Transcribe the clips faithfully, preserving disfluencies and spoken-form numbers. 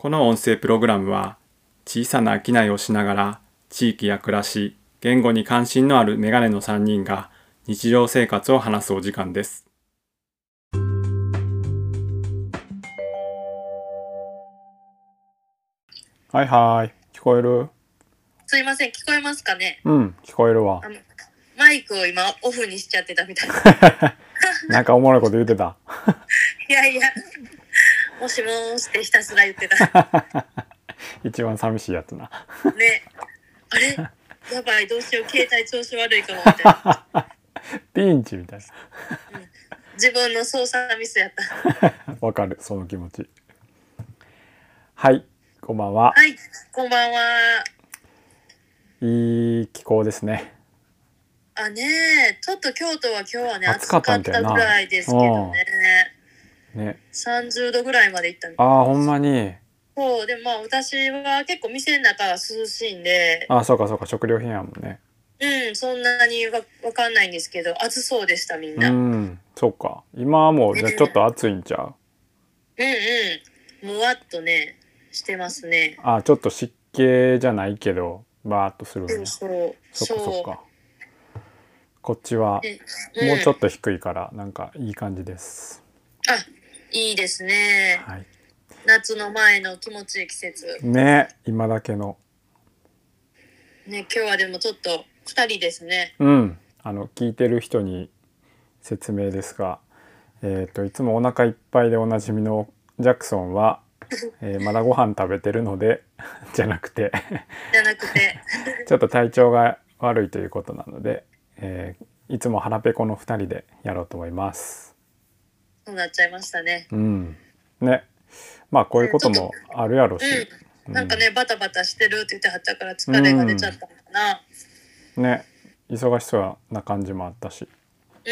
この音声プログラムは小さな商いをしながら地域や暮らし、言語に関心のあるメガネのさんにんが日常生活を話すお時間です。はいはい、聞こえる？ すいません、聞こえますかね？ うん、聞こえるわ。 あのマイクを今オフにしちゃってたみたいなんかおもろいこと言ってた。 いやいや、もしもーしってひたすら言ってた一番寂しいやつな。 ね。あれやばい、どうしよう、携帯調子悪いかもみたいなピンチみたいうん、自分の操作ミスやったな。わかる、その気持ち。はい、こんばんは。 はい、こんばんは。 いい気候ですね。 あね、ちょっと京都は今日はね、暑暑かかったったみたいなぐらいですけどね。 ね。 さんじゅうどぐらいまで行ったみたい。 ああ、ほんまに。 そうでもまあ私は結構店の中は涼しいんで、 ああ、そうかそうか、食料品やもんね。 うん、そんなにわわかんないんですけど、暑そうでしたみんうな。うんん、そうか。今はもうじゃあちょっと暑いんちゃう？ うん、むわっとねしてますね。 ああ、ちょっと湿気じゃないけどバーっとするんや。 そうそうそっかそっそか。こっちはう。うん、 もうちょっと低いからなんかいい感じです。 あ、いいですね。 はい。 夏の前の気持ちいい季節。 ね、今だけの。 ね、今日はでもちょっとふたりですね。 うん。あの聞いてる人に説明ですが、えっといつもお腹いっぱいでおなじみのジャクソンは、えーまだご飯食べてるのでじゃなくてじゃなくてちょっと体調が悪いということなので、えーいつも腹ペコのふたりでやろうと思います。 そうなっちゃいましたね。 うん。ね。まあこういうこともあるやろし。 うん、なんかね、バタバタしてるって言ってはったから疲れが出ちゃったのかな。 うん、ね。忙しそうな感じもあったし。 うん、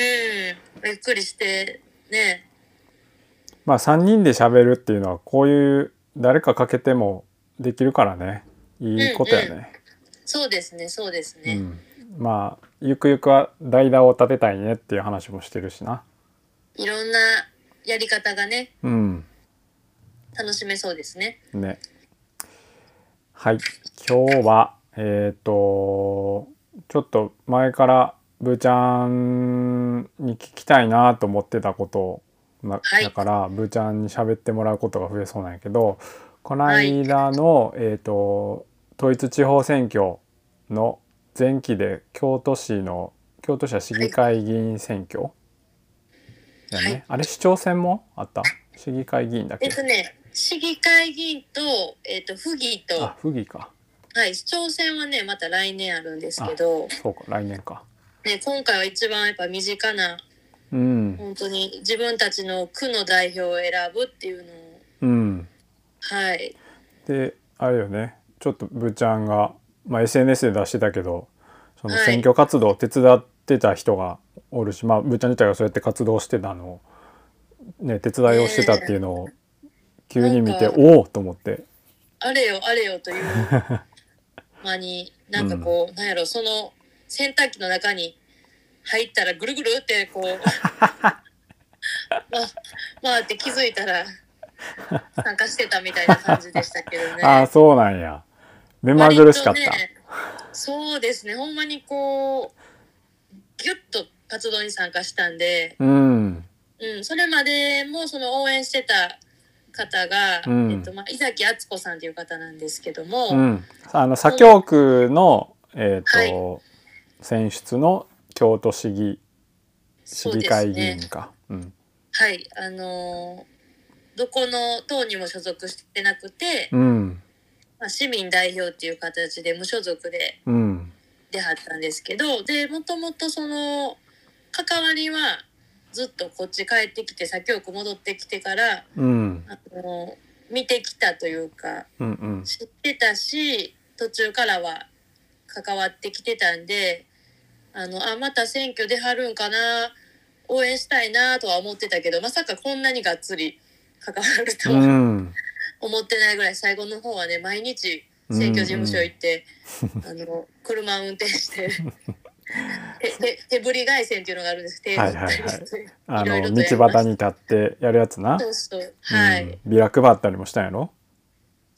ゆっくりしてね。 まあさんにんで喋るっていうのはこういう誰かかけてもできるからね。いいことやね。 うんうん、そうですね、そうですね。 うん、まあゆくゆくは代打を立てたいねっていう話もしてるしな。 いろんなやり方がね、 うん、 楽しめそうですね。 ね。はい、今日はえっとちょっと前からブーちゃんに聞きたいなと思ってたことな、 はい、 だからブーちゃんに喋ってもらうことが増えそうなんやけど、この間の、はい、えっと統一地方選挙の前期で京都市の京都市は市議会議員選挙だね、はい、あれ市長選もあった？市議会議員だけ？ えっとね、市議会議員と、えっと、府議と、 あ、府議か。 はい、市長選はね、また来年あるんですけど、 そうか、来年か。 ね、今回は一番やっぱ身近な、 うん、 本当に自分たちの区の代表を選ぶっていうのを、 うん、 はい。 で、あれよね、ちょっとぶーちゃんが、まあ、エスエヌエス で出してたけど、その選挙活動を手伝ってた人がおるし、はい、まあぶーちゃん自体がそうやって活動してたのを、ね、手伝いをしてたっていうのを急に見て、おおと思って。 あれよあれよという間になんかこう、うん、なんやろ、その洗濯機の中に入ったらぐるぐるってこうままあって気づいたら参加してたみたいな感じでしたけどね。 ああ、そうなんや。目まぐるしかった。 ね、そうですね、ほんまにこうギュッと活動に参加したんで、 うんうん、それまでもその応援してた方が、うんえっとまあ、井崎敦子さんという方なんですけども、うん、 あの左京区の、えーとはい、選出の京都市議市議会議員か、ね、うん、 はいあのー、どこの党にも所属してなくて、 うんまあ、市民代表っていう形で無所属で出はったんですけど、でもともとその関わりはずっとこっち帰ってきて左京区戻ってきてから、うん、あの見てきたというか、うんうん、知ってたし途中からは関わってきてたんで、あのあまた選挙出はるんかな、応援したいなとは思ってたけど、まさかこんなにがっつり関わるとは、うん、思ってないぐらい、最後の方はね毎日選挙事務所行って、うんうん、あの車運転して手振り凱旋っていうのがあるんです。手振ったりして、 はいはいはい、あの道端に立ってやるやつな。 そうそう、はい、 うん、ビラ配ったりもしたんやろ？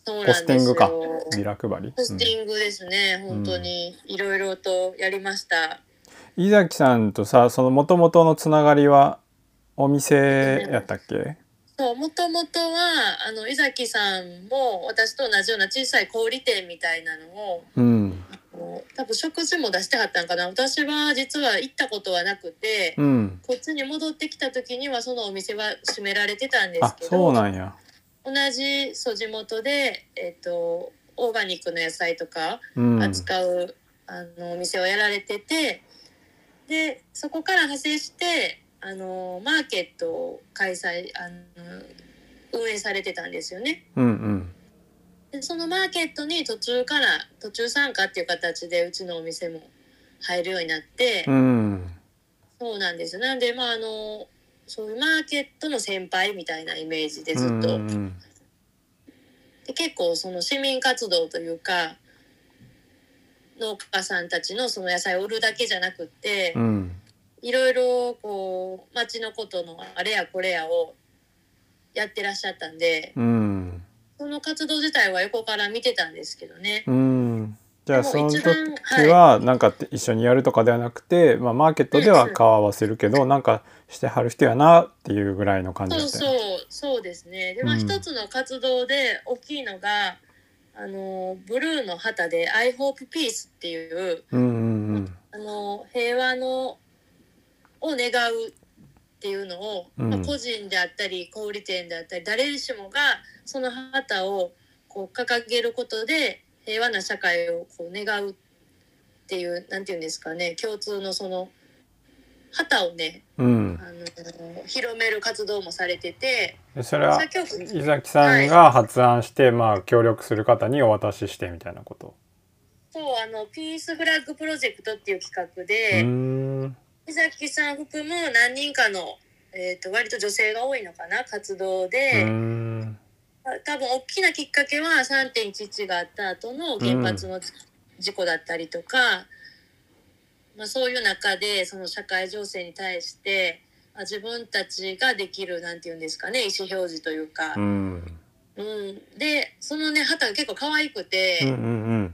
そうポなんですよ。 スティングかビラ配り、 ポスティングですね、うん、本当にいろいろとやりました。 井崎さんとさ、その元々のつながりはお店やったっけ？ そうもともとはあの井崎さんも私と同じような小さい小売店みたいなのを、うん、多分食事も出してはったんかな。私は実は行ったことはなくて、うん、こっちに戻ってきた時にはそのお店は閉められてたんですけど、あ、 そうなんや。 同じそう地元で、えーと、オーガニックの野菜とか扱う、うん、あのお店をやられてて、でそこから派生してあのマーケットを開催あの運営されてたんですよね。うんうん、でそのマーケットに途中から途中参加っていう形でうちのお店も入るようになって、うん、そうなんですよ。なんでまああのそういうマーケットの先輩みたいなイメージでずっと、うんうん、で結構その市民活動というか農家さんたちのその野菜を売るだけじゃなくって、うん、いろいろこう町のことのあれやこれやをやってらっしゃったんで、うん、その活動自体は横から見てたんですけどね。うん、 じゃあその時はなんか一緒にやるとかではなくて、はい、まあ、マーケットでは顔合わせるけど、うん、なんかしてはる人やなっていうぐらいの感じだったよね。 そうそうそうですね。でまあ一つの活動で大きいのが、あのブルーの旗で I hope peace っていう、うんうんうん、あの平和のを願うっていうのを、うん、まあ、個人であったり小売店であったり誰しもがその旗をこう掲げることで平和な社会をこう願うっていうなんていうんですかね、共通のその旗をね、うん、あの広める活動もされてて、 それは井崎さんが発案して、はい、まあ、協力する方にお渡ししてみたいなこと。 そう、あのピースフラッグプロジェクトっていう企画で、うーん、井崎さん含む何人かの、えーと、割と女性が多いのかな活動で、うーん、多分大きなきっかけは さんてんいちいち があった後の原発の事故だったりとか、まあ、そういう中でその社会情勢に対して自分たちができるなんていうんですかね、意思表示というか、うんうん、でそのね旗が結構可愛くて、うんうんうん、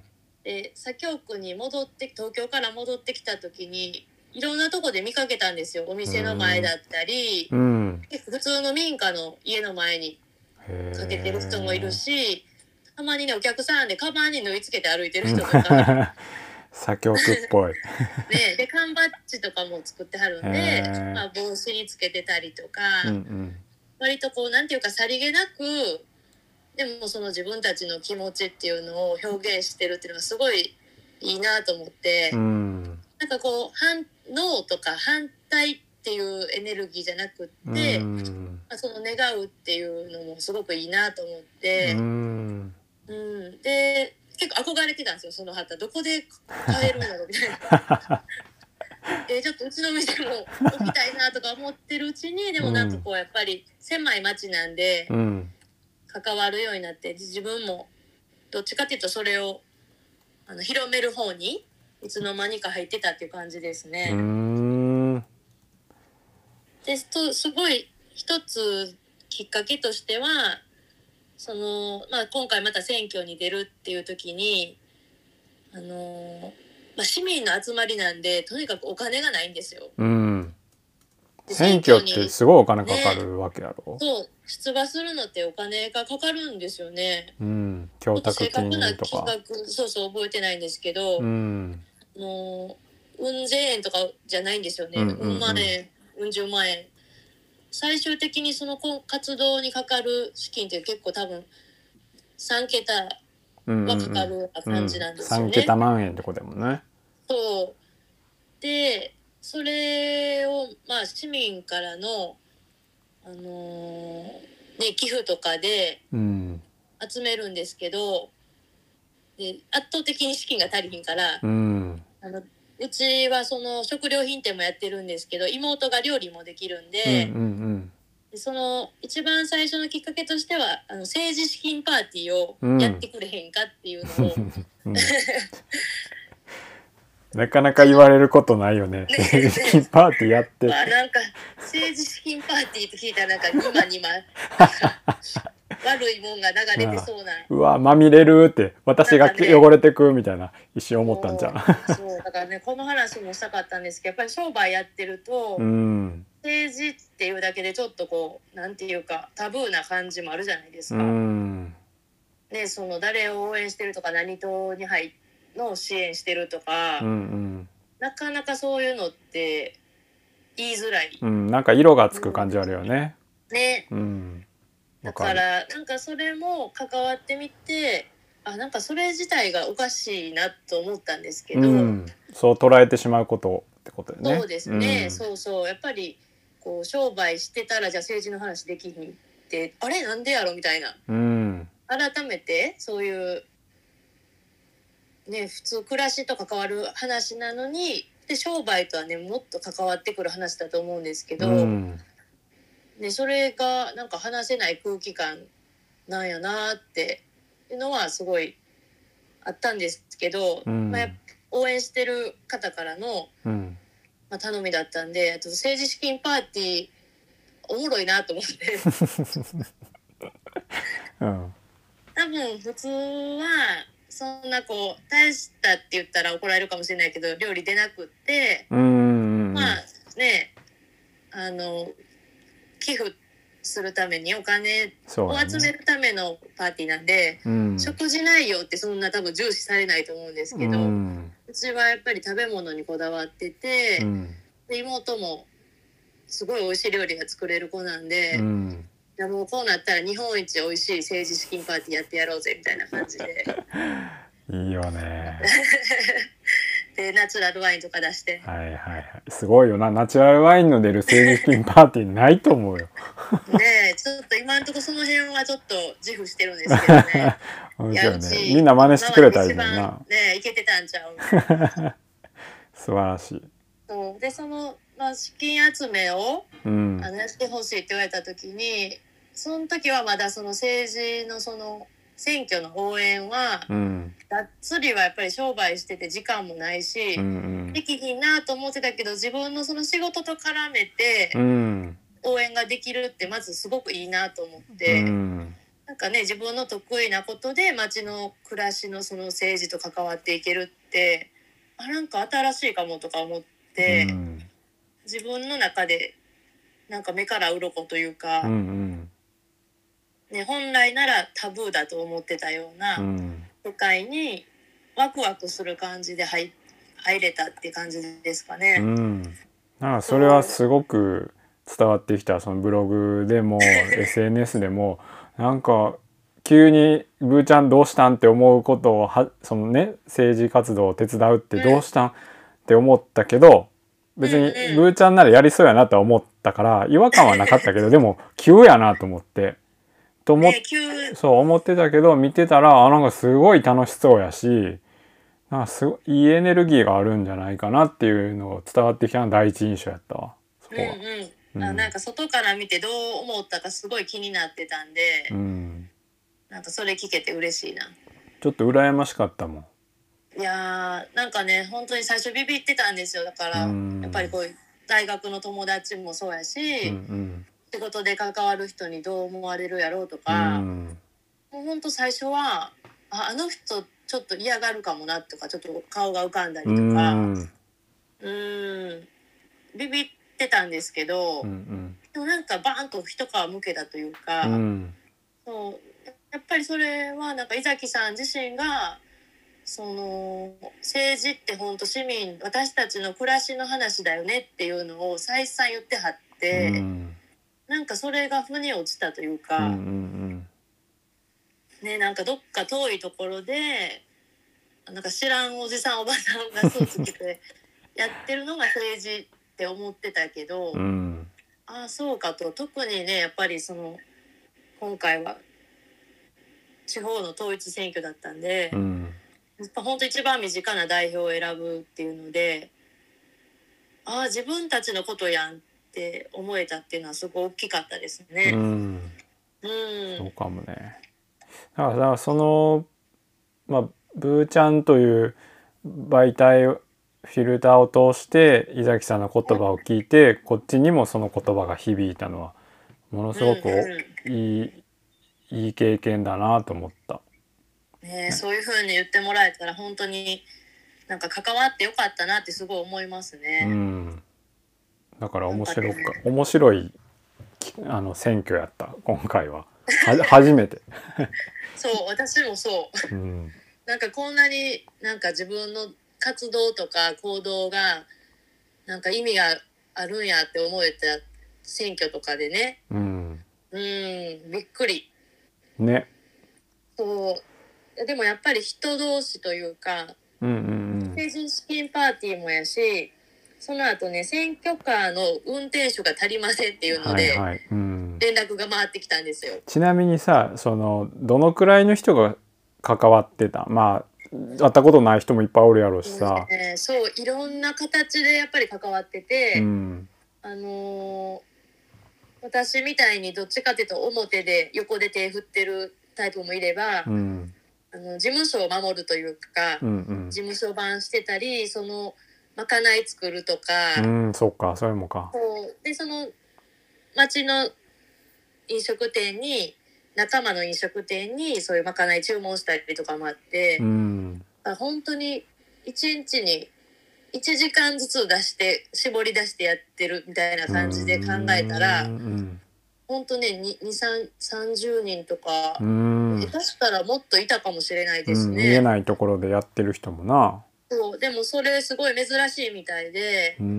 で左京区に戻って東京から戻ってきた時にいろんなとこで見かけたんですよ。お店の前だったり、うん、普通の民家の家の前にかけてる人もいるし、たまにねお客さんでカバンに縫い付けて歩いてる人とか左京区っぽいね、で缶バッジとかも作ってはるんで、まあ、帽子につけてたりとか、うんうん、割とこうなんていうかさりげなくでもその自分たちの気持ちっていうのを表現してるっていうのがすごいいいなと思って、うん、なんかこう反ノーとか反対っていうエネルギーじゃなくって、うん、まあ、その願うっていうのもすごくいいなと思って、うんうん、で結構憧れてたんですよ、その旗どこで買えるんだろうみたいなえー、ちょっとうちの店も置きたいなとか思ってるうちにでもなんかこうやっぱり狭い町なんで関わるようになって自分もどっちかっていうとそれをあの広める方にいつの間にか入ってたっていう感じですね。うーんですとすごい一つきっかけとしてはその、まあ、今回また選挙に出るっていう時にあの、まあ、市民の集まりなんでとにかくお金がないんですよ。うん、 選挙ってすごいお金かかるわけやろ、 ね、そう出馬するのってお金がかかるんですよね。うん、供託金とか正確な金額そうそう覚えてないんですけど、うん、もううん千円とかじゃないんですよね。うん、うんうん、うん万円うん十万円最終的にその活動にかかる資金って結構多分さんけたはかかる感じなんですよね。うんうんうん、 さんけた万円ってことだもんね。 そうでそれをまあ市民からの、あのーね、寄付とかで集めるんですけど、うん、で圧倒的に資金が足りひんから、うん、あのうちはその食料品店もやってるんですけど妹が料理もできるんで、うんうんうん、でその一番最初のきっかけとしてはあの政治資金パーティーをやってくれへんかっていうのを、うんうん、 なかなか言われることないよね。政治資金パーティーやって、 まあ、なんか政治資金パーティーって聞いたらなんかにまにま悪いもんが流れてそうな。 うわまみれるって私がね、 汚れてくみたいな一瞬思ったんじゃん。 そうだからねこの話もしたかったんですけどやっぱり商売やってると、 うん、 政治っていうだけでちょっとこうなんていうかタブーな感じもあるじゃないですか。 うん、 ね、その誰を応援してるとか何党に入の支援してるとか、 うんうん、 なかなかそういうのって言いづらい、 うん、なんか色がつく感じあるよね。 うん、ね、 うん、 だからなんかそれも関わってみてあなんかそれ自体がおかしいなと思ったんですけど、うん、 そう捉えてしまうことってことよね。 そうですね、うん、そうそうやっぱりこう商売してたらじゃあ政治の話できひんってあれなんでやろみたいな、うん、改めてそういうね普通暮らしと関わる話なのにで商売とはねもっと関わってくる話だと思うんですけど、うんね、それがなんか話せない空気感なんやなっていうのはすごいあったんですけど、うんまあ、応援してる方からの、うんまあ、頼みだったんであと政治資金パーティーおもろいなと思って、うん、多分普通はそんなこう大したって言ったら怒られるかもしれないけど料理出なくって、うんうんうん、まあねあの寄付するためにお金を集めるためのパーティーなんで、うん、食事内容ってそんな多分重視されないと思うんですけど、うん、うちはやっぱり食べ物にこだわってて、うん、で妹もすごい美味しい料理が作れる子なんで、うん、いやもうこうなったら日本一美味しい政治資金パーティーやってやろうぜみたいな感じでいいよねでナチュラルワインとか出してはいはいはいすごいよなナチュラルワインの出る政治資金パーティーないと思うよねえちょっと今のところその辺はちょっと自負してるんですけどね面白いねみんな真似してくれたらいいもんなねえいけてたんちゃう素晴らしいそうでその、まあ、資金集めを、うん、あのやってほしいって言われた時にその時はまだその政治のその選挙の応援は、うん、がっつりはやっぱり商売してて時間もないし、うんうん、できひんなと思ってたけど自分のその仕事と絡めて応援ができるってまずすごくいいなと思って、うん、なんかね自分の得意なことで街の暮らしのその政治と関わっていけるってあなんか新しいかもとか思って、うん、自分の中でなんか目から鱗というか、うんうんね、本来ならタブーだと思ってたような世界にワクワクする感じで 入, 入れたって感じですかね。うん、 なんかそれはすごく伝わってきたそのブログでもエスエヌエス でもなんか急にブーちゃんどうしたんって思うことをはそのね政治活動を手伝うってどうしたん、うん、って思ったけど別にブーちゃんならやりそうやなとは思ったから違和感はなかったけどでも急やなと思って。と思っ、ね、そう思ってたけど見てたらあなんかすごい楽しそうやしなんかすごいいいエネルギーがあるんじゃないかなっていうのを伝わってきたのが第一印象やったわそこは、うんうんうん、あなんか外から見てどう思ったかすごい気になってたんで、うん、なんかそれ聞けて嬉しいなちょっと羨ましかったもんいやーなんかね本当に最初ビビってたんですよだから、うん、やっぱりこういう大学の友達もそうやし、うんうん仕事で関わる人にどう思われるやろうとか、うん、もうほんと最初は あ, あの人ちょっと嫌がるかもなとかちょっと顔が浮かんだりとかうんうんビビってたんですけど、うんうん、でもなんかバーンと一皮むけたというか、うん、そうやっぱりそれはなんか井崎さん自身がその政治って本当市民私たちの暮らしの話だよねっていうのを再三言ってはって、うんなんかそれが腑に落ちたというか、うんうんうんね、なんかどっか遠いところでなんか知らんおじさんおばさんがスーツ着てやってるのが政治って思ってたけど、うん、ああそうかと特にねやっぱりその今回は地方の統一選挙だったんで、うん、やっぱ本当一番身近な代表を選ぶっていうのでああ自分たちのことやんって思えたっていうのはすごい大きかったですね。うん、うん、そうかもね。だから、だからそのまあブーちゃんという媒体フィルターを通して井崎さんの言葉を聞いてこっちにもその言葉が響いたのはものすごくいい、いいい経験だなと思った。 ねえ、そういう風に言ってもらえたら本当になんか関わってよかったなってすごい思いますね。 うん。だから面白か、 なんかね、 面白いあの選挙やった今回は。は初めて。 そう私もそう。 うん。 なんかこんなになんか自分の活動とか行動がなんか意味があるんやって思えた選挙とかでね。 うん。 うん、びっくり。 ね。 そうでもやっぱり人同士というか、 うんうんうん。 成人資金パーティーもやし、その後ね、選挙カーの運転手が足りませんっていうので、 はいはい。うん。 連絡が回ってきたんですよ。 ちなみにさ、そのどのくらいの人が関わってた？まあ会ったことない人もいっぱいおるやろうしさ。 ね、そういろんな形でやっぱり関わってて、 うん。 あのー私みたいにどっちかというと表で横で手振ってるタイプもいれば、 うん。 あの事務所を守るというか、 うんうん。 事務所番してたり、そのまかない作るとか、 うん、そっか、それもか。 そうでその町の飲食店に仲間の飲食店にそういうまかない注文したりとかもあって、 うん。 本当にいちにちにいちじかんずつ出して絞り出してやってるみたいな感じで考えたら、 うん。 本当ねに、に、さん、さんじゅうにんとか、 うん。 下手したらもっといたかもしれないですうん、見えね。 ないところでやってる人もな。 そうでもそれすごい珍しいみたいで、 うん。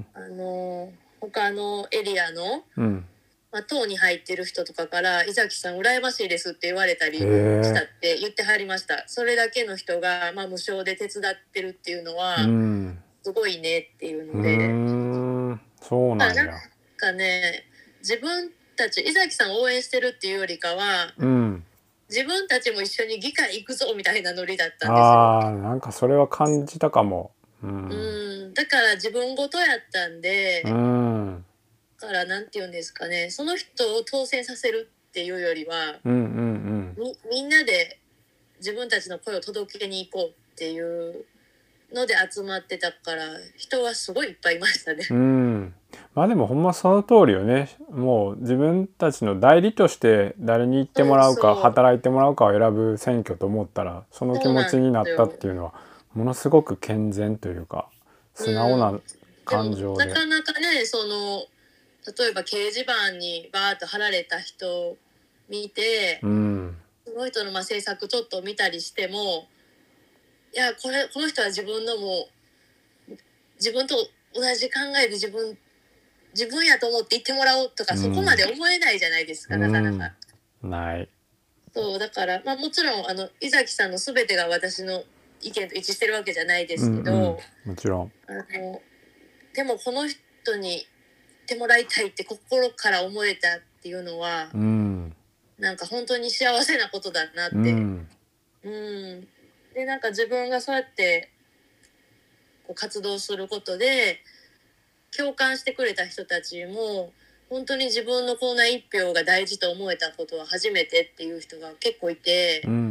あの他のエリアの、 うん。 まあ、党に入ってる人とかから伊崎さん羨ましいですって言われたりしたって言ってはりました。それだけの人が、まあ、無償で手伝ってるっていうのは、 うん、 すごいねっていううーので、 ん、そうなんや。 なんかね、自分たち伊崎さんを応援してるっていうよりかは、 うん。 自分たちも一緒に議会行くぞみたいなノリだったんですよ。 ああ、なんかそれは感じたかも。うん。 うん、だから自分ごとやったんで、 うん。 だからなんて言うんですかね、その人を当選させるっていうよりは、 うんうんみみんなで自分たちの声を届けに行こうっていうので集まってたから、人はすごいいっぱいいましたね。 うん。うん。まあでもほんまその通りよね。もう自分たちの代理として誰に行ってもらうかそうそう働いてもらうかを選ぶ選挙と思ったら、その気持ちになったっていうのはものすごく健全というか素直な感情で。 でもなかなかね、その例えば掲示板にバーッと貼られた人を見て、 うん。 その人のまあ政策ちょっと見たりしても、いやこれこの人は自分のもう自分と同じ考えで自分自分やと思って言ってもらおうとか、 うん、 そこまで思えないじゃないですか、なかなか。 うん、ない。 そうだから、まあ、もちろんあの伊崎さんの全てが私の意見と一致してるわけじゃないですけど、 うんうん、もちろん。 あのでもこの人に言ってもらいたいって心から思えたっていうのは、 うん、 なんか本当に幸せなことだなって、 うん、 うん、でなんか自分がそうやってこう活動することで共感してくれた人たちも本当に自分のこんな一票が大事と思えたことは初めてっていう人が結構いて、 うんうんうん、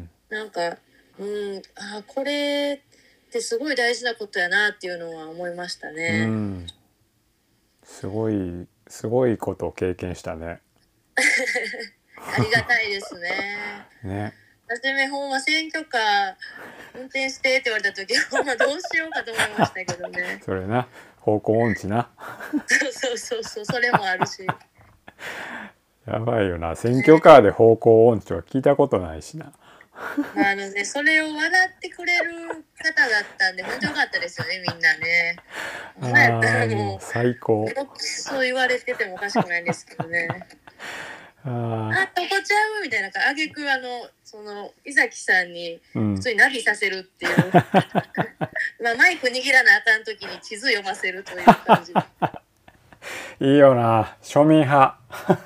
なんか、うん、あこれってすごい大事なことやなっていうのは思いましたね。 うん、すごいすごいことを経験したね。 ありがたいですね。 ね。 はじめほんま選挙カー運転してって言われた時ほんまどうしようかと思いましたけどね。 それな、方向音痴な。 そうそうそうそう、それもあるし。 やばいよな、選挙カーで方向音痴は聞いたことないしな。 まあ、あのね、それを笑ってくれる方だったんで本当よかったですよね、みんなね。今やったらもう最高。 そう言われててもおかしくないんですけどね。ああ、ここちゃうみたいなあげくあのその伊崎さんに普通にナビさせるっていう、うん、まあマイク握らなあかん時に地図読ませるという感じ。 いいよな、庶民派。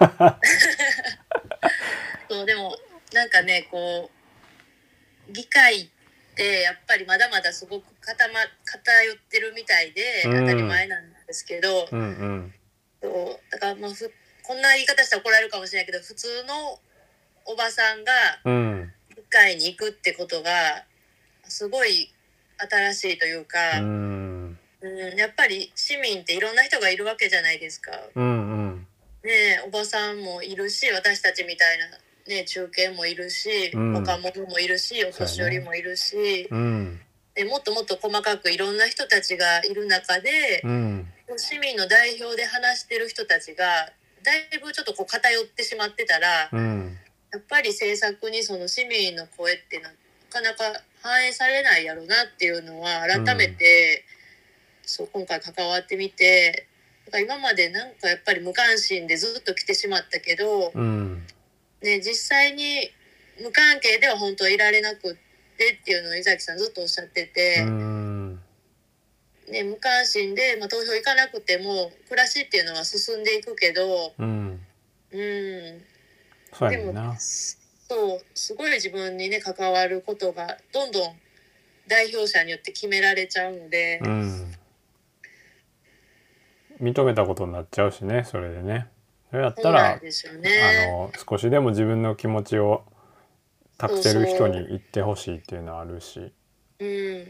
そうでもなんかね、こう議会ってやっぱりまだまだすごく固ま偏ってるみたいで当たり前なんですけど、 うんうん、 そうだからまあふこんな言い方したら怒られるかもしれないけど、普通のおばさんが議会に行くってことがすごい新しいというか、うん、うん、やっぱり市民っていろんな人がいるわけじゃないですか。うんうん、ねえ、おばさんもいるし私たちみたいなね、中堅もいるし、 うん、 若者もいるし、お年寄りもいるし、 うん、 でもっともっと細かくいろんな人たちがいる中で、 うん、 市民の代表で話してる人たちがだいぶちょっとこう偏ってしまってたら、 うん、 やっぱり政策にその市民の声ってなかなか反映されないやろなっていうのは改めて、うん、そう今回関わってみて、だから今までなんかやっぱり無関心でずっと来てしまったけど、 うんね、実際に無関係では本当はいられなくってっていうのを井崎さんずっとおっしゃってて、 うんね、無関心で、まあ、投票行かなくても暮らしっていうのは進んでいくけど、 うん、 うん、 そうやねんな。 そうすごい自分にね関わることがどんどん代表者によって決められちゃうので、 うん、認めたことになっちゃうしね、それでね。それやったら、ね、あの少しでも自分の気持ちを託せる人に言ってほしいっていうのはあるし。 うん、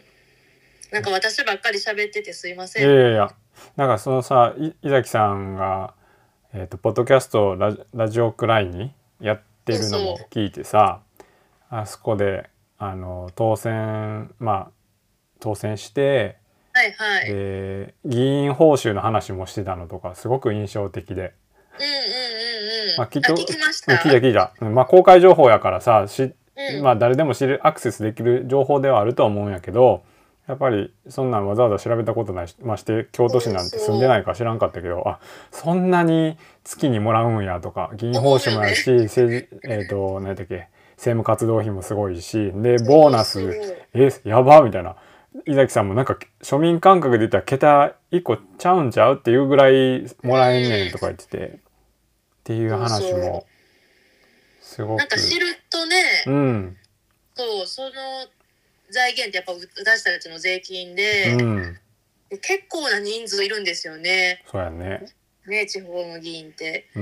なんか私ばっかり喋っててすいません。 いやいやいや、なんかそのさ、井崎さんが、えーと、ポッドキャストラジ、ラジオくらいにやってるのも聞いてさ、あそこであの当選まあ当選して、 はいはい、 で議員報酬の話もしてたのとかすごく印象的で、 うんうんうんうん、 まあ、きっと聞きました。 聞いた聞いた、まあ、公開情報やからさし、 うん、 まあ、誰でも知るアクセスできる情報ではあるとは思うんやけど、やっぱりそんなんわざわざ調べたことないし、まして京都市なんて住んでないから知らんかったけど、あそんなに月にもらうんやとか、議員報酬もあるし、ね、政治えっ、ー、と何だっけ政務活動費もすごいし、でボーナスえやばみたいな。井崎さんもなんか庶民感覚で言ったら桁いっこちゃうんちゃうっていうぐらいもらえんねんとか言ってて、っていう話もすごくなんか知るとね、 うん、 そうその財源ってやっぱ私たちの税金で、うん、で結構な人数いるんですよね。 そうやね。 ね、地方の議員って、 うん、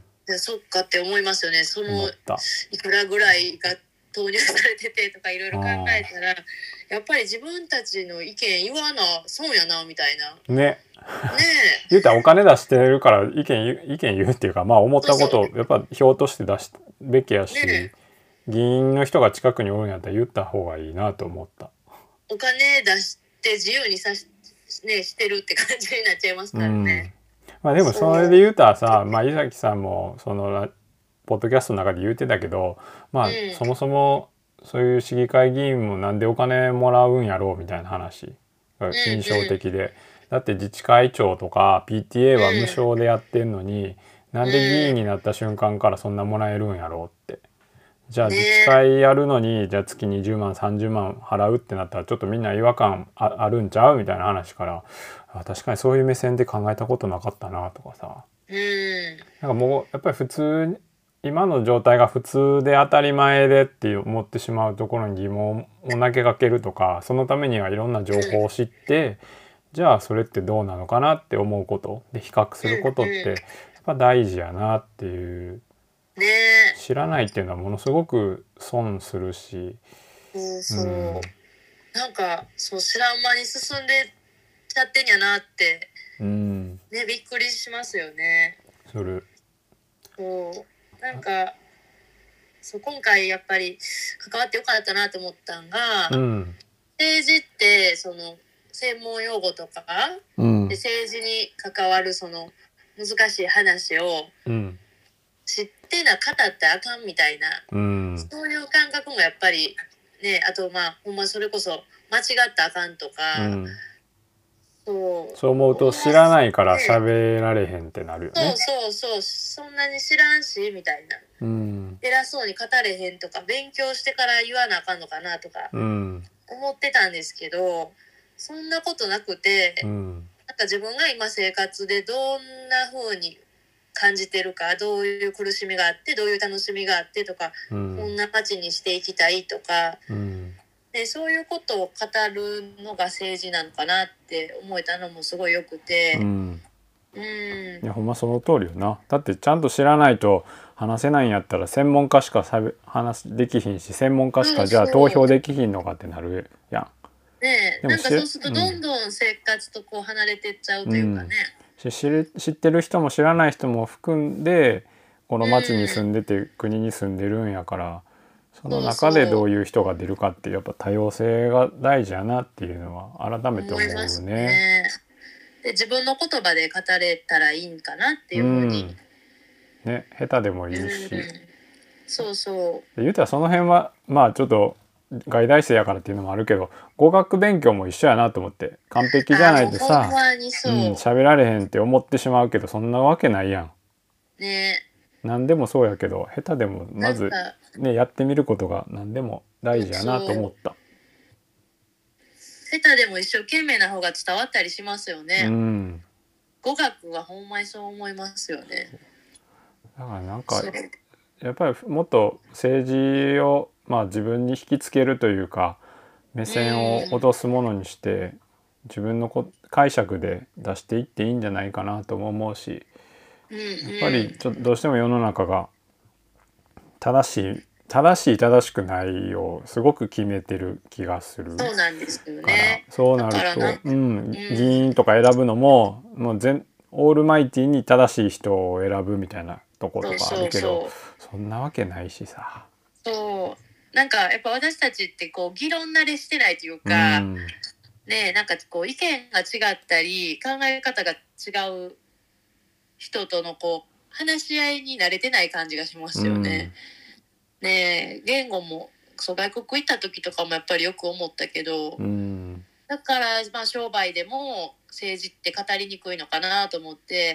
でそっかって思いますよね。そのいくらぐらいが投入されててとかいろいろ考えたら、やっぱり自分たちの意見言わなそうやなみたいなね。 ね言うたらお金出してるから意見言う意見言うっていうか、まあ思ったことをやっぱ票として出すべきやし、ね、議員の人が近くにおるんやったら言った方がいいなと思った。 お金出して自由にさし、ね、してるって感じになっちゃいますからね。 うん、まあでもそれで言うたらさ、まあ井崎さんもそのポッドキャストの中で言うてたけど、まあ、うん、そもそもそういう市議会議員もなんでお金もらうんやろうみたいな話が印象的で、うんうん、だって自治会長とか ピーティーエー は無償でやってんのに、うん、なんで議員になった瞬間からそんなもらえるんやろうって。じゃあ自治会やるのに、じゃあ月にじゅうまんさんじゅうまん払うってなったらちょっとみんな違和感 あ, あるんちゃうみたいな話から、あ確かにそういう目線で考えたことなかったなとかさ、 うん、 なんかもうやっぱり普通に今の状態が普通で当たり前でって思ってしまうところに疑問を投げかけるとか、そのためにはいろんな情報を知って、じゃあそれってどうなのかなって思うことで比較することってやっぱ大事やなっていう。知らないっていうのはものすごく損するし、 そうそう、うん、なんかそう知らん間に進んでちゃってんやなって、うん、ねびっくりしますよね。 する。 そうなんかそう今回やっぱり関わってよかったなと思ったんが、うん、政治ってその専門用語とか、うん、で政治に関わるその難しい話を知ってな語ってあかんみたいな、うん、そういう感覚もやっぱりね、あとまあほんまそれこそ間違ったらあかんとか、うん、 そうそう思うと知らないから喋られへんってなるよね。 そうそうそう、そんなに知らんしみたいな、うん、偉そうに語れへんとか勉強してから言わなあかんのかなとか思ってたんですけど、そんなことなくて、うん、なんか自分が今生活でどんな風に感じてるか、どういう苦しみがあってどういう楽しみがあってとか、うん、こんな街にしていきたいとか、うん、でそういうことを語るのが政治なのかなって思えたのもすごいよくて、うんうん、いやほんまその通りよな。だってちゃんと知らないと話せないんやったら専門家しかさ話できひんし、専門家しかじゃあ投票できひんのかってなるやん。 ねえ、なんかそうするとどんどん生活とこう離れてっちゃうというかね、 うん、知る知ってる人も知らない人も含んでこの町に住んでて国に住んでるんやから、その中でどういう人が出るかってやっぱ多様性が大事やなっていうのは改めて思うね。思いますね。 で自分の言葉で語れたらいいんかなっていうふうに、 うん、ね、下手でもいいし、うん、 そうそう。 言うたらその辺はまあちょっと外大生やからっていうのもあるけど、語学勉強も一緒やなと思って、完璧じゃないとさ、うん、喋られへんって思ってしまうけど、そんなわけないやん。ね。何でもそうやけど、下手でもまずねやってみることが何でも大事やなと思った。 下手でも一生懸命な方が伝わったりしますよね。うん、語学はほんまにそう思いますよね。 だからなんかやっぱりもっと政治をまあ自分に引きつけるというか、目線を落とすものにして自分のこ解釈で出していっていいんじゃないかなとも思うし、やっぱりちょっとどうしても世の中が正しい正しい正しくないをすごく決めてる気がする。 そうなんですよね。 そうなると、うん、議員とか選ぶのももう全オールマイティに正しい人を選ぶみたいなところがあるけど、そうそうそう、そんなわけないしさ。 そうなんかやっぱ私たちってこう議論慣れしてないというか、うん、ね、なんかこう意見が違ったり考え方が違う人とのこう話し合いに慣れてない感じがしますよね。うん、ね、言語もそう外国行った時とかもやっぱりよく思ったけど、うん、だからまあ商売でも政治って語りにくいのかなと思って、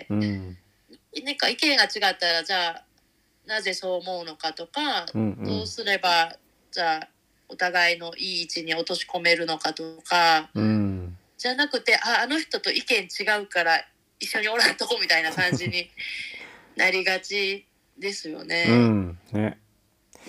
うん、なんか意見が違ったらじゃあなぜそう思うのかとか、うんうん、どうすればじゃあお互いのいい位置に落とし込めるのかとか、うん、じゃなくて あ, あの人と意見違うから一緒におらんとこみたいな感じになりがちですよね。うんね。 うん、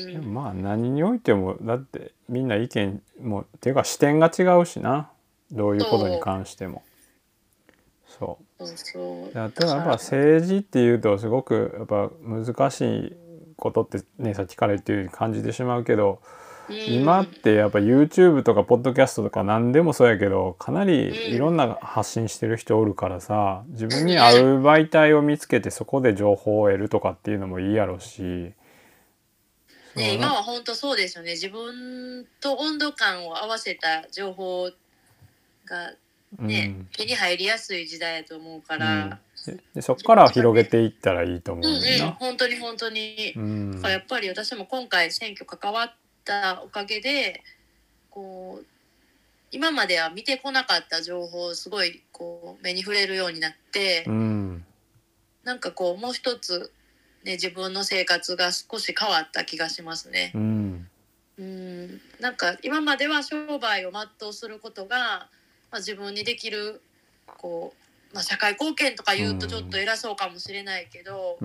でもまあ何においてもだってみんな意見もっていうか視点が違うしな、どういうことに関しても。そう。そうそう。だからやっぱ政治っていうとすごくやっぱ難しいことってね、さっきから言ってるように感じてしまうけど、うん、今ってやっぱ YouTube とかポッドキャストとか何でもそうやけど、かなりいろんな発信してる人おるからさ、自分に合う媒体を見つけてそこで情報を得るとかっていうのもいいやろし。 ね、今は本当そうですよね。自分と温度感を合わせた情報がね、うん、手に入りやすい時代だと思うから、 うん、でそこから広げていったらいいと思うねんな。 うんうん、本当に本当に、うん、だからやっぱり私も今回選挙関わったおかげでこう今までは見てこなかった情報をすごいこう目に触れるようになって、うん、なんかこうもう一つね、自分の生活が少し変わった気がしますね。うん、うんなんか今までは商売を全うすることが、まあ、自分にできるこう、まあ、社会貢献とか言うとちょっと偉そうかもしれないけど、うん、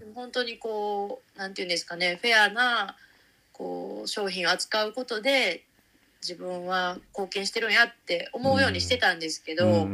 本当にこうなんていうんですかね、フェアなこう商品を扱うことで自分は貢献してるんやって思うようにしてたんですけど、うんうんうん、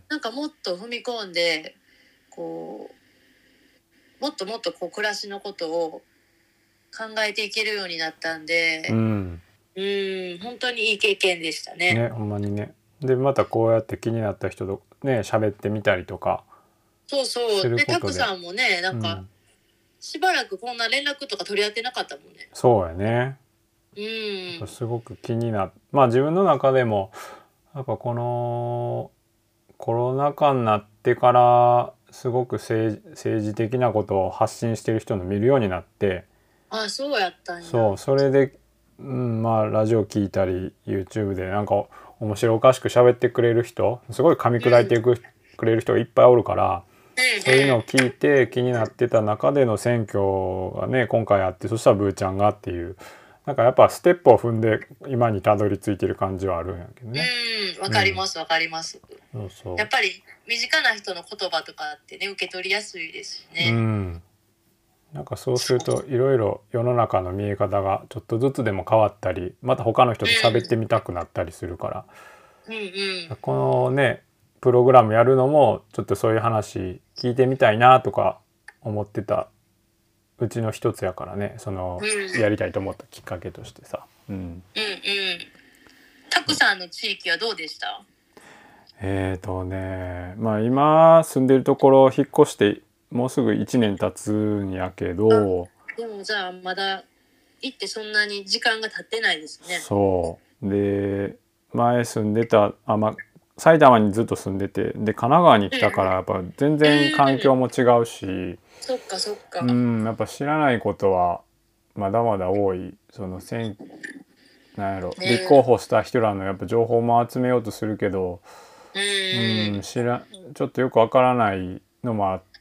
なんかもっと踏み込んでこうもっともっとこう暮らしのことを考えていけるようになったんで、うん、うん本当にいい経験でしたね。 ね、ほんまにね。でまたこうやって気になった人とね喋ってみたりとかそうそうでタクさんもねなんか、うん、しばらくこんな連絡とか取り合ってなかったもんね。 そうやね。うんすごく気になっまあ自分の中でもやっぱこのコロナ禍になってからすごく政治、政治的なことを発信してる人の見るようになって、 あ、そうやったんや。 そう、それで、うん、まあラジオ聞いたり YouTube でなんか面白おかしく喋ってくれる人、すごい噛み砕いていく、うん、くれる人がいっぱいおるから、うん、そういうのを聞いて気になってた中での選挙がね今回あって、そしたらブーちゃんがっていう。なんかやっぱステップを踏んで今にたどり着いてる感じはあるんやけどね。 うん、わかりますわかります。そうそう。やっぱり身近な人の言葉とかってね受け取りやすいですしね。うん。 なんかそうするといろいろ世の中の見え方がちょっとずつでも変わったり、また他の人と喋ってみたくなったりするから、うんうんうん、このねプログラムやるのもちょっとそういう話聞いてみたいなとか思ってたうちの一つやからね、その、うん、やりたいと思ったきっかけとしてさ、うん、うんうんタクさんの地域はどうでした？ えーとねまあ今住んでるところ引っ越してもうすぐいちねん経つんやけど。 でもじゃあまだ行ってそんなに時間が経ってないですね。 そうで前住んでたあ、まあ、埼玉にずっと住んでて、で神奈川に来たからやっぱ全然環境も違うし、うん、 そっかそっか、 うん、やっぱ知らないことはまだまだ多い。その選なんやろ、ね、立候補した人らのやっぱ情報も集めようとするけど、うん、知らちょっとよくわからないのもあって、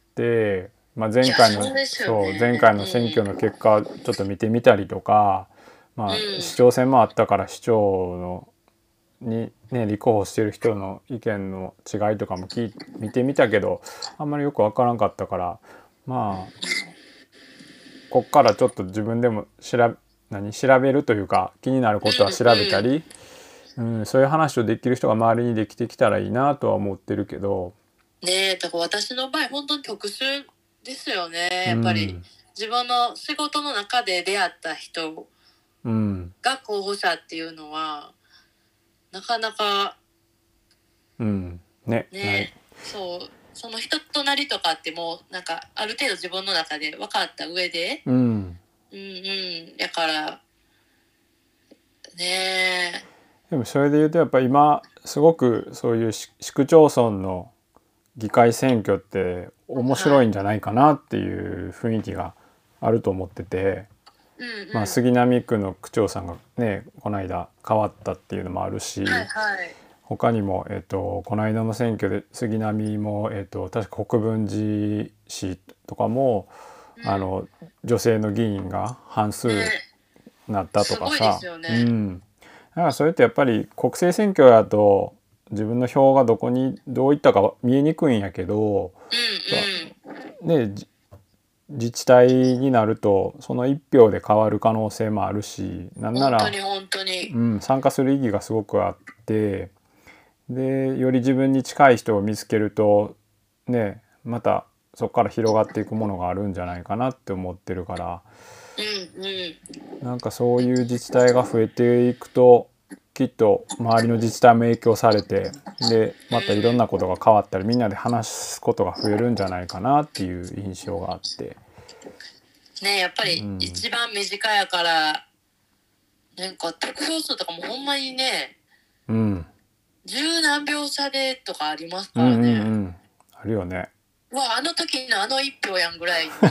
まあ、前回の、そうですよね、そう前回の選挙の結果ちょっと見てみたりとか、まあ、市長選もあったから市長のにね立候補してる人の意見の違いとかも聞い見てみたけど、あんまりよくわからんかったから、まあこっからちょっと自分でも調べ何調べるというか気になることは調べたり、うんうん、そういう話をできる人が周りにできてきたらいいなとは思ってるけどねえ。だから私の場合本当に特殊ですよね。やっぱり、うん、自分の仕事の中で出会った人が候補者っていうのは、うん、なかなか、 うんねね、そうその人となりとかってもうなんかある程度自分の中で分かった上で、うん、うんうんだからねえ。 でもそれで言うとやっぱ今すごくそういう市区町村の議会選挙って面白いんじゃないかなっていう雰囲気があると思ってて、うんうん、まあ、杉並区の区長さんがねこの間変わったっていうのもあるし、はいはい、他にも、えーと、この間の選挙で杉並も、えーと、確か国分寺市とかも、うん、あの女性の議員が半数なったとかさ、うん、だからそれってやっぱり国政選挙やと自分の票がどこにどういったか見えにくいんやけど、うんうん、ね、自治体になるとその一票で変わる可能性もあるし、なんなら本当に本当に、 うん、参加する意義がすごくあって、でより自分に近い人を見つけるとねまたそこから広がっていくものがあるんじゃないかなって思ってるから、うんうん、なんかそういう自治体が増えていくときっと周りの自治体も影響されて、でまたいろんなことが変わったりみんなで話すことが増えるんじゃないかなっていう印象があって、 ね、やっぱり一番身近やから、うん、なんか得票数とかもほんまにね、うん、十何秒差でとかありますからね、うんうんうん、 あるよね。 わあの時のあの一票やんぐらいの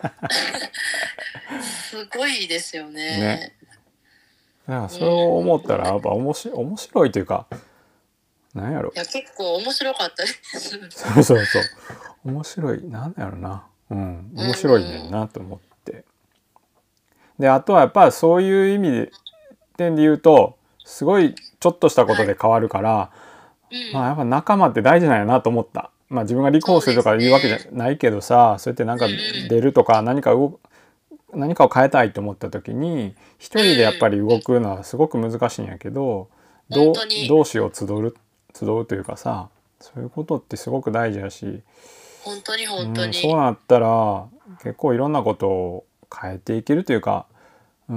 すごいですよね。ね、 なんかそう思ったらやっぱ面白い、面白いというかなんやろ、 いや結構面白かったですそうそうそう面白い、なんやろな、うん面白いねんなと思って、であとはやっぱそういう意味で点で言うとすごいちょっとしたことで変わるから、はいうん、まあやっぱ仲間って大事なんやなと思った。まあ自分が立候補するとかいうわけじゃないけどさ、そうやってなんか出るとか何か動何かを変えたいと思った時に一人でやっぱり動くのはすごく難しいんやけど、どう同志を集う集うというかさ、そういうことってすごく大事やし、 本当に本当に、うん、 そうなったら結構いろんなことを変えていけるというか、うん、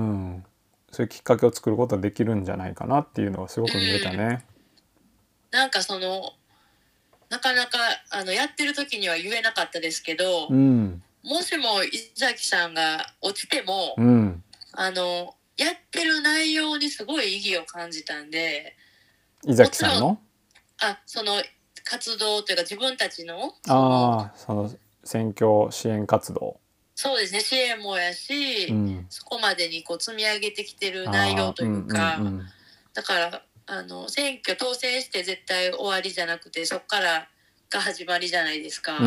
そういうきっかけを作ることができるんじゃないかなっていうのがすごく見えたね。うん、 なんかそのなかなかあのやってる時には言えなかったですけど、うん、もしも伊崎さんが落ちても、うん、あのやってる内容にすごい意義を感じたんで、 伊崎さんのあその活動というか自分たちのそのあその選挙支援活動、 そうですね、支援もやし、うん、そこまでにこう積み上げてきてる内容というか、うんうんうん、だからあの選挙当選して絶対終わりじゃなくてそこからが始まりじゃないですか、うん、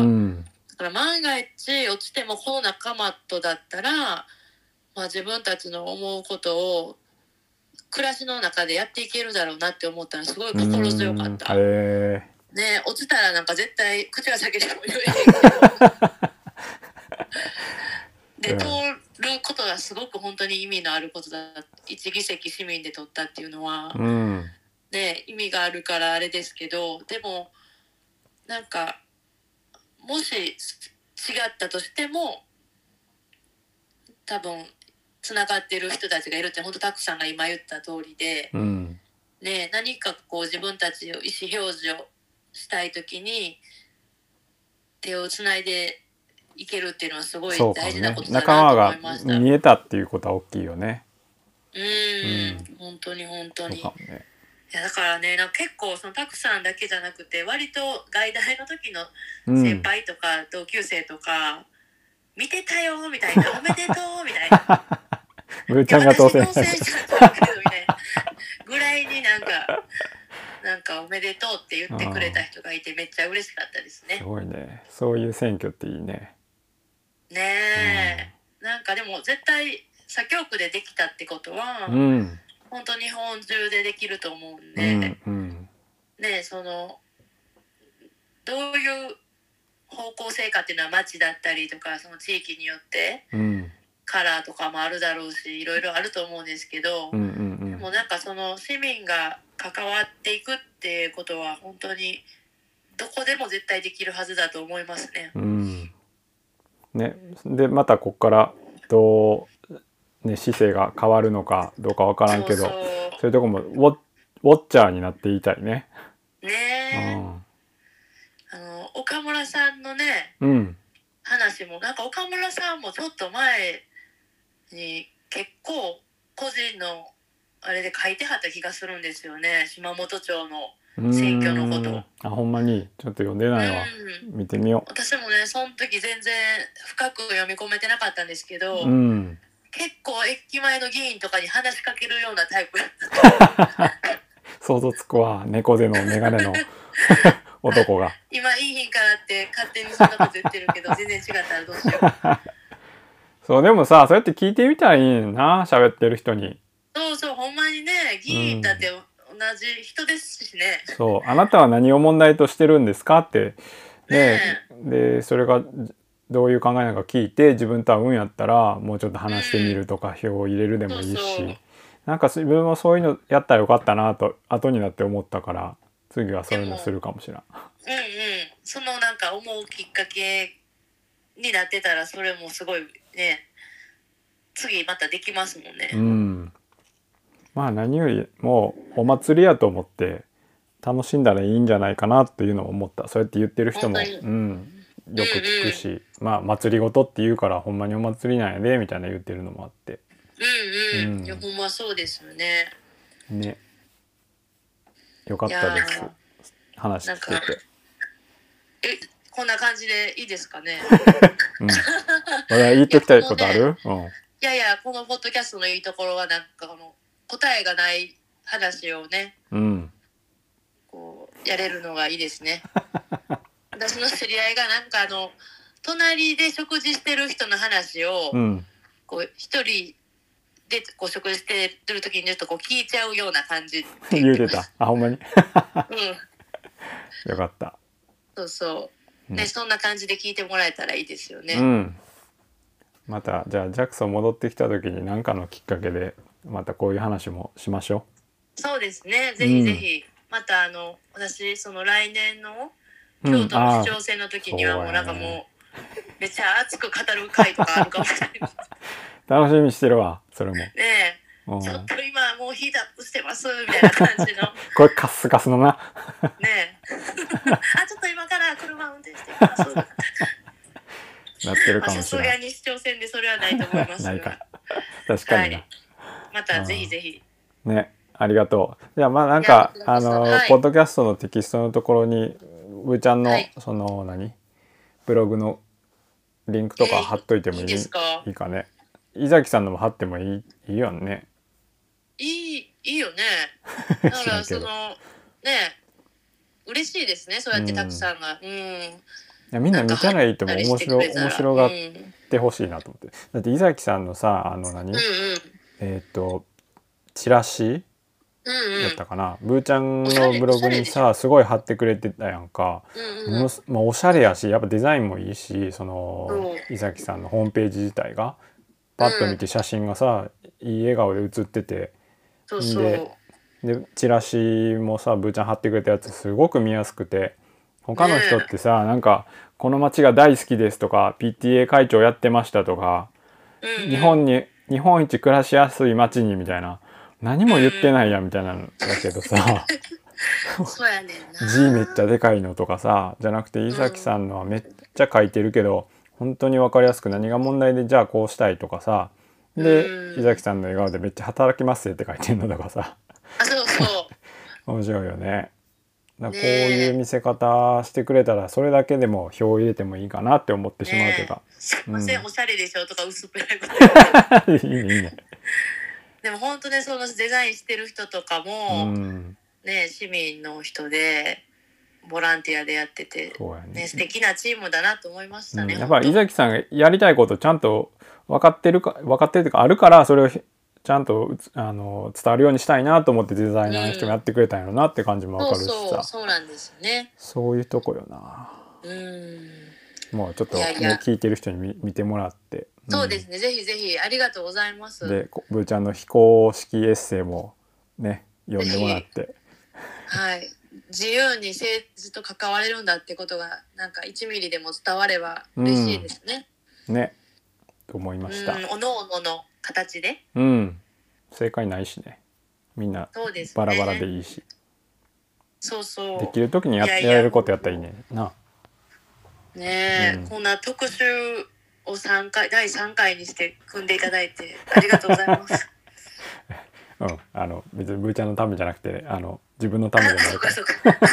だから万が一落ちてもこの仲間とだったら、まあ、自分たちの思うことを暮らしの中でやっていけるだろうなって思ったらすごい心強かった。ね、落ちたらなんか絶対口が先でも言えへんけどで通ることがすごく本当に意味のあることだ、一議席市民で取ったっていうのは、うん、ね、意味があるからあれですけど、でもなんかもし違ったとしても多分つながってる人たちがいるって本当たくさんが今言った通りで、うん、ね、何かこう自分たちを意思表示をしたいときに手をつないでいけるっていうのはすごいそうかも大事なね。 ことだ仲間がなと思いました。 見えたっていうことは大きいよね。 うん、うん、本当に本当に。 そうかもね。 いやだからね、なんか結構そのたくさんだけじゃなくて、割と外大の時の先輩とか同級生とか、うん、見てたよみたいな、おめでとうみたいな。 ブーちゃんが当選したんだけどみたいなぐらいになんか。なんかおめでとうって言ってくれた人がいてめっちゃ嬉しかったですね。 すごいね。そういう選挙っていいね。 ねえ、うん、なんかでも絶対左京区でできたってことは、うん、本当日本中でできると思うんで、うんうん、ねえそのどういう方向性かっていうのは町だったりとかその地域によって、うん、カラーとかもあるだろうしいろいろあると思うんですけど、うんうんうん、でもなんかその市民が関わっていくっていうことは本当にどこでも絶対できるはずだと思いますね。 うん、ね、でまたここからどう、ね、姿勢が変わるのかどうかわからんけど、そうそう、そういうとこもウォ、ウォッチャーになっていたいね。 ねえ、うん、あの岡村さんのね、うん、話もなんか岡村さんもちょっと前に結構個人のあれで書いてはった気がするんですよね、島本町の選挙のこと。 あ、ほんまにちょっと読んでないわ、うん、見てみよう。 私もねその時全然深く読み込めてなかったんですけど、うん、結構駅前の議員とかに話しかけるようなタイプだった想像つくわ、猫背のメガネの男が今いい日からって勝手にそんなこと言ってるけど全然違ったらどうしようそうでもさ、そうやって聞いてみたらいいな、喋ってる人に。 そうそう、ほんまにね、議員だって同じ人ですしね、 うん、そう、あなたは何を問題としてるんですかってね、でそれがどういう考えなのか聞いて自分と合うんやったらもうちょっと話してみるとか、うん、票を入れるでもいいし、そうそう、なんか自分もそういうのやったらよかったなと後になって思ったから次はそういうのするかもしれない。 うんうん、そのなんか思うきっかけになってたらそれもすごいね、次またできますもんね。うん、 まあ何よりもお祭りやと思って楽しんだらいいんじゃないかなっていうのを思った。そうやって言ってる人も、うん、よく聞くし、うんうん、まあ祭りごとって言うからほんまにお祭りなんやでみたいな言ってるのもあって、 うんうん、うん、いやほんまそうですよね。 ね、よかったです、話聞けて。 え、こんな感じでいいですかね。 うん、まだ言っときたいことある？うん、 いやいや、このポッドキャストのいいところはなんかこの答えがない話をね、うん、こうやれるのがいいですね。私の知り合いがなんかあの隣で食事してる人の話を、うん、こう一人でこう食事してる時にちょっとこう聞いちゃうような感じって言うてた。あ、ほんまに。うん、よかった。 そうそう、ね、うん、そんな感じで聞いてもらえたらいいですよね。 うん、またじゃあジャクソン戻ってきた時に何かのきっかけでまたこういう話もしましょう。そうですね、ぜひぜひ、うん、またあの私その来年の京都の市長選の時にはもうなんかもう、うん、めっちゃ熱く語る回とかあるかもしれない。楽しみにしてるわ、それも。 ねえ、うん、ちょっと今もうヒートアップしてますみたいな感じの。 これカスカスのな。 ねえ。あ、ちょっと今から車運転しています。 なってるかもしれない。さすがに市長選でそれはないと思いますが。ないか。 確かにな。はい、 またぜひぜひ。 ね、ありがとう。じゃあまあなんかあの、はい、ポッドキャストのテキストのところにぶーちゃんの、はい、その何ブログのリンクとか貼っといてもいい、えー、いいですか？いいかね。伊崎さんのも貼ってもいい、いいよね。 いい、いいよね。だからそのね、嬉しいですね。そうやってたくさんが、うん、うん、いやみんな見たらいいとも面白面白がってほしいなと思って。だって伊崎さんのさあの何、うんうん、えっ、ー、とチラシやったかな、うんうん、ブーちゃんのブログにさすごい貼ってくれてたやんか、うんうん、ものまあ、おしゃれやしやっぱデザインもいいしその、うん、伊崎さんのホームページ自体がパッと見て写真がさ、うん、いい笑顔で写ってて、そうそうででチラシもさブーちゃん貼ってくれたやつすごく見やすくて、他の人ってさ、ね、なんかこの街が大好きですとか ピーティーエー 会長やってましたとか、うんうん、日本に日本一暮らしやすい街にみたいな何も言ってないやみたいなんだけどさ、 そうやねんな。 字めっちゃでかいのとかさじゃなくて伊崎さんのはめっちゃ書いてるけど、 本当に分かりやすく何が問題でじゃあこうしたいとかさで井崎さんの笑顔でめっちゃ働きますって書いてるのとかさあそうそう面白いよね。だこういう見せ方してくれたらそれだけでも票を入れてもいいかなって思ってしまうというか、 すいません、うん、おしゃれでしょとか薄っぺらいこといいねいいね。でも本当ねそのデザインしてる人とかも、うん、ね市民の人でボランティアでやってて、そうやね、ね素敵なチームだなと思いましたね、 うん、やっぱり井崎さんがやりたいことちゃんと分かってるか分かってるというかあるからそれをちゃんとあの伝わるようにしたいなと思ってデザイナーの人もやってくれたんやろなって感じも分かるしさ、 うん、そうそうそうなんですね。 そういうとこよな。うんもうちょっと、ね、いやいや聞いてる人に 見, 見てもらって、 うん、そうですねぜひぜひありがとうございます。 でブーちゃんの非公式エッセイもね読んでもらってはい自由に政治と関われるんだってことがなんかいちミリでも伝われば嬉しいですね、 うん、ねと思いました。 うんおのおのの形でうん正解ないしねみんなバラバラでいいし、 そうそうできる時に や, いやいややれることやったらいいねな。 ねえ、うん、こんな特集をさんかいだいさんかいにして組んでいただいてありがとうございますうん、あの別にブーちゃんのためじゃなくてあの自分のためでもあるから。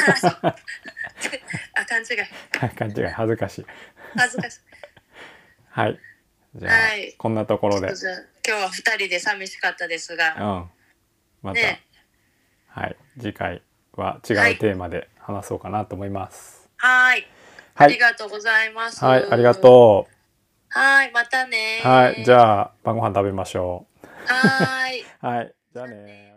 あ勘違い勘違い恥ずかしい恥ずかしいはいじゃあ、はい、こんなところで今日はふたりで寂しかったですが、 うん、また、ね、はい次回は違うテーマで話そうかなと思います。 はい、はい、ありがとうございます。 はいありがとう。 はいまたね。 はいじゃあ晩ご飯食べましょう。 はいはいじゃあね。